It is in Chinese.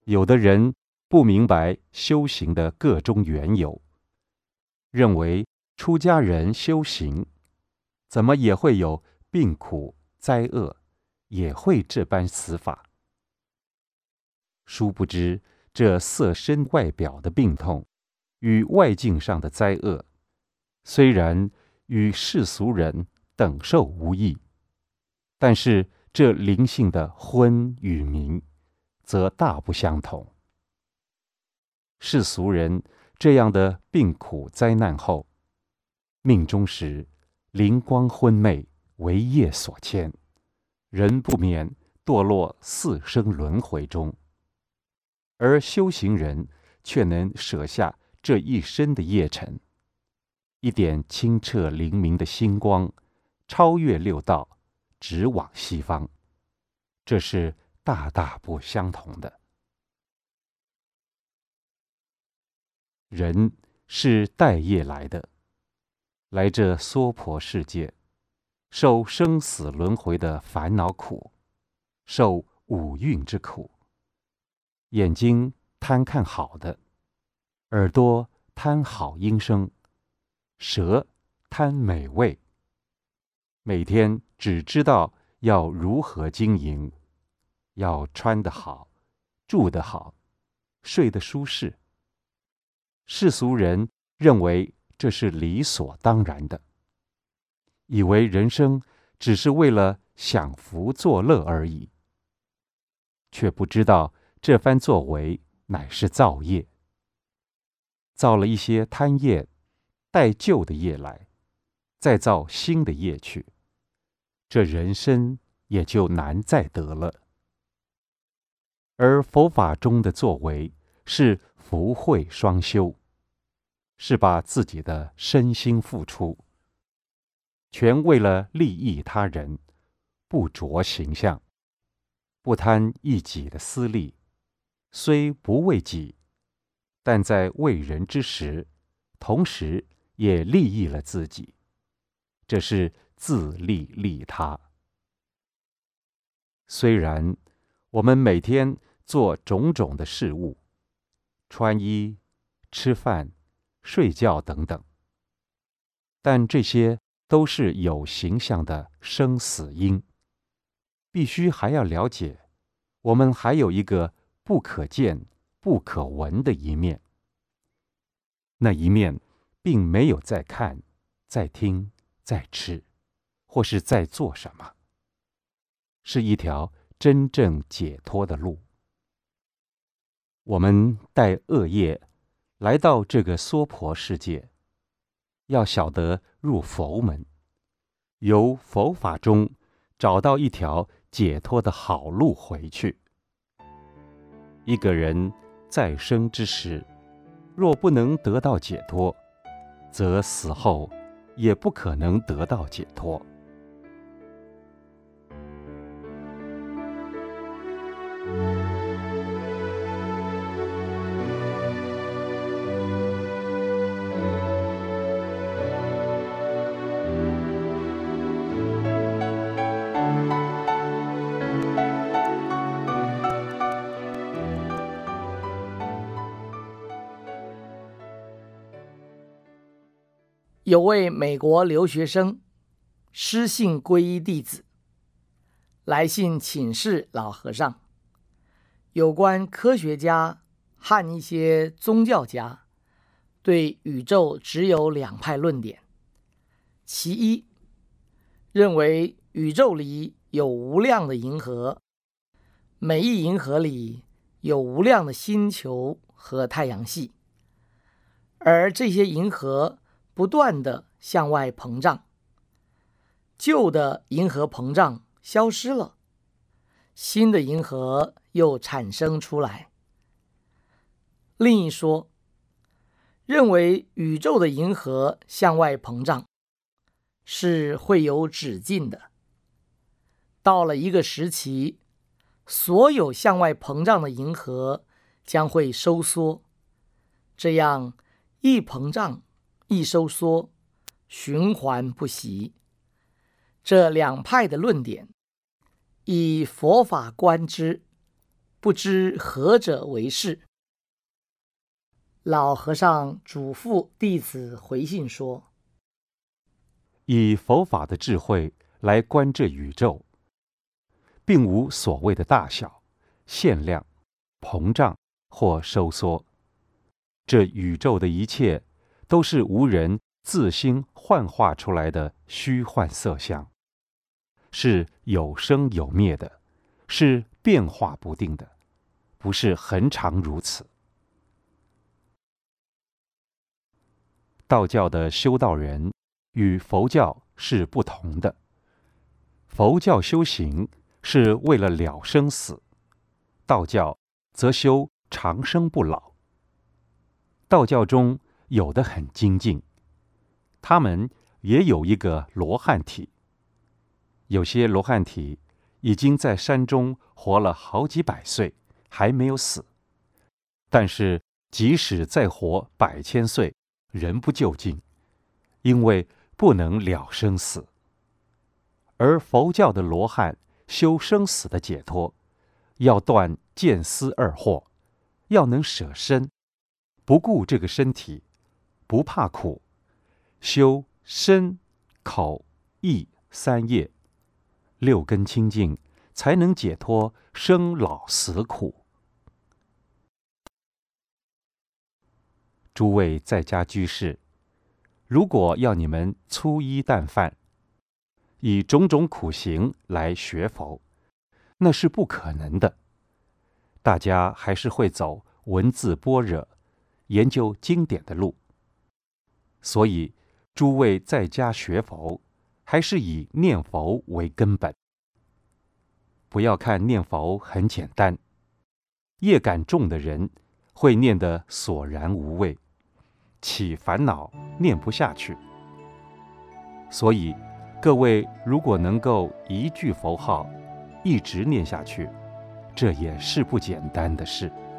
有的人不明白修行的各种缘由，认为出家人修行，怎么也会有病苦灾厄，也会这般死法。殊不知，这色身外表的病痛与外境上的灾厄，虽然与世俗人等受无异，但是这灵性的昏与明，则大不相同。世俗人这样的病苦灾难后，命终时灵光昏昧，为业所牵，人不免堕落四生轮回中。而修行人却能舍下这一身的业尘，一点清澈灵明的星光，超越六道，直往西方。这是大大不相同的。人是带业来的，来这娑婆世界，受生死轮回的烦恼苦，受五蕴之苦。眼睛贪看好的，耳朵贪好音声，舌贪美味，每天只知道要如何经营，要穿得好，住得好，睡得舒适。世俗人认为这是理所当然的，以为人生只是为了享福作乐而已，却不知道这番作为乃是造业，造了一些贪业，带旧的业来，再造新的业去，这人生也就难再得了。而佛法中的作为是福慧双修，是把自己的身心付出，全为了利益他人，不着形象，不贪一己的私利，虽不为己，但在为人之时，同时也利益了自己，这是自利利他。虽然我们每天做种种的事物，穿衣、吃饭、睡觉等等，但这些都是有形象的生死因，必须还要了解，我们还有一个不可见、不可闻的一面。那一面并没有在看、在听、在吃，或是在做什么，是一条真正解脱的路。我们带恶业来到这个娑婆世界，要晓得入佛门，由佛法中找到一条解脱的好路回去。一个人在生之时，若不能得到解脱，则死后也不可能得到解脱。 有位美国留学生失信皈依弟子，来信请示老和尚，有关科学家和一些宗教家对宇宙只有两派论点。其一，认为宇宙里有无量的银河，每一银河里有无量的星球和太阳系，而这些银河不断地向外膨胀，旧的银河膨胀消失了，新的银河又产生出来。另一说，认为宇宙的银河向外膨胀是会有止境的，到了一个时期，所有向外膨胀的银河将会收缩，这样一膨胀一收缩，循环不息。这两派的论点，以佛法观之， 不知何者为是。老和尚嘱咐弟子回信说： 以佛法的智慧来观这宇宙，并无所谓的大小、限量、膨胀或收缩。这宇宙的一切都是无人自心幻化出来的虚幻色相，是有生有灭的，是变化不定的，不是恒常如此。道教的修道人与佛教是不同的。佛教修行是为了了生死，道教则修长生不老。道教中有的很精进，他们也有一个罗汉体。有些罗汉体已经在山中活了好几百岁，还没有死。但是即使再活100千岁，人不究竟，因为不能了生死。而佛教的罗汉修生死的解脱，要断见思二惑，要能舍身，不顾这个身体，不怕苦，修身、口、意3业，6根清净，才能解脱生老死苦。诸位在家居士，如果要你们粗衣淡饭，以种种苦行来学佛，那是不可能的。大家还是会走文字般若、研究经典的路。所以，诸位在家学佛，还是以念佛为根本。不要看念佛很简单，业感重的人会念得索然无味，起烦恼，念不下去。所以各位如果能够一句佛号一直念下去，这也是不简单的事。